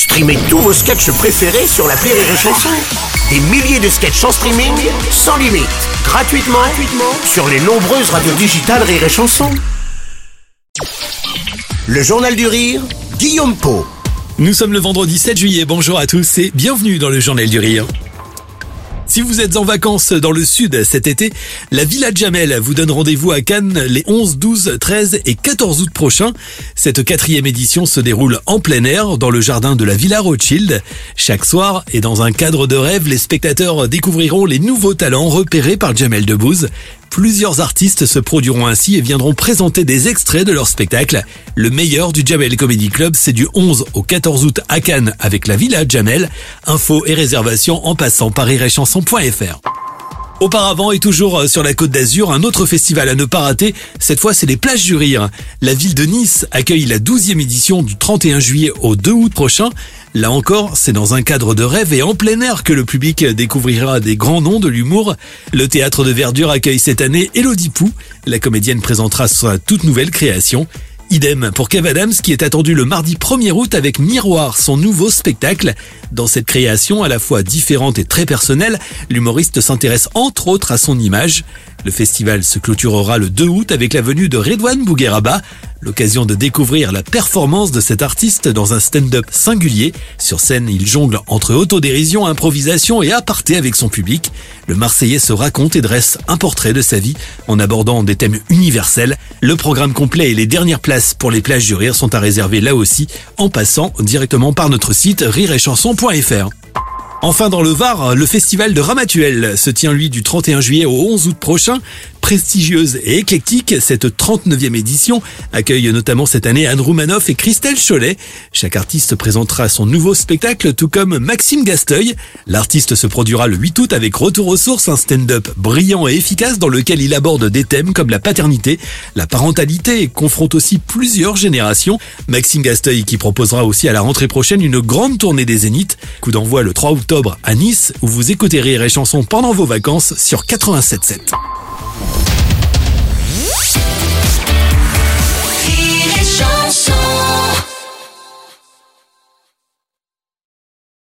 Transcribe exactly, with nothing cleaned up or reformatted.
Streamez tous vos sketchs préférés sur l'appli Rire et Chanson. Des milliers de sketchs en streaming, sans limite, gratuitement, gratuitement sur les nombreuses radios digitales Rire et Chanson. Le Journal du Rire, Guillaume Pau. Nous sommes le vendredi sept juillet, bonjour à tous et bienvenue dans le Journal du Rire. Si vous êtes en vacances dans le sud cet été, la Villa Jamel vous donne rendez-vous à Cannes les onze, douze, treize et quatorze août prochains. Cette quatrième édition se déroule en plein air dans le jardin de la Villa Rothschild. Chaque soir et dans un cadre de rêve, les spectateurs découvriront les nouveaux talents repérés par Jamel Debbouze. Plusieurs artistes se produiront ainsi et viendront présenter des extraits de leur spectacle. Le meilleur du Jamel Comedy Club, c'est du onze au quatorze août à Cannes avec la Villa Jamel. Infos et réservations en passant par rire et chanson point f r. Auparavant et toujours sur la Côte d'Azur, un autre festival à ne pas rater, cette fois c'est les Plages du Rire. La ville de Nice accueille la douzième édition du trente et un juillet au deux août prochain. Là encore, c'est dans un cadre de rêve et en plein air que le public découvrira des grands noms de l'humour. Le Théâtre de Verdure accueille cette année Élodie Pou. La comédienne présentera sa toute nouvelle création. Idem pour Kev Adams qui est attendu le mardi premier août avec Miroir, son nouveau spectacle. Dans cette création à la fois différente et très personnelle, l'humoriste s'intéresse entre autres à son image. Le festival se clôturera le deux août avec la venue de Redouane Bougueraba. L'occasion de découvrir la performance de cet artiste dans un stand-up singulier. Sur scène, il jongle entre autodérision, improvisation et aparté avec son public. Le Marseillais se raconte et dresse un portrait de sa vie en abordant des thèmes universels. Le programme complet et les dernières places pour les Plages du Rire sont à réserver là aussi en passant directement par notre site rire et chanson point f r. Enfin dans le Var, le festival de Ramatuelle se tient lui du trente et un juillet au onze août prochain. Prestigieuse et éclectique, cette trente-neuvième édition accueille notamment cette année Anne Roumanoff et Christelle Cholet. Chaque artiste présentera son nouveau spectacle, tout comme Maxime Gasteuil. L'artiste se produira le huit août avec Retour aux sources, un stand-up brillant et efficace dans lequel il aborde des thèmes comme la paternité, la parentalité et confronte aussi plusieurs générations. Maxime Gasteuil qui proposera aussi à la rentrée prochaine une grande tournée des Zéniths. Coup d'envoi le trois octobre à Nice où vous écoutez Rire et Chanson pendant vos vacances sur quatre-vingt-sept virgule sept.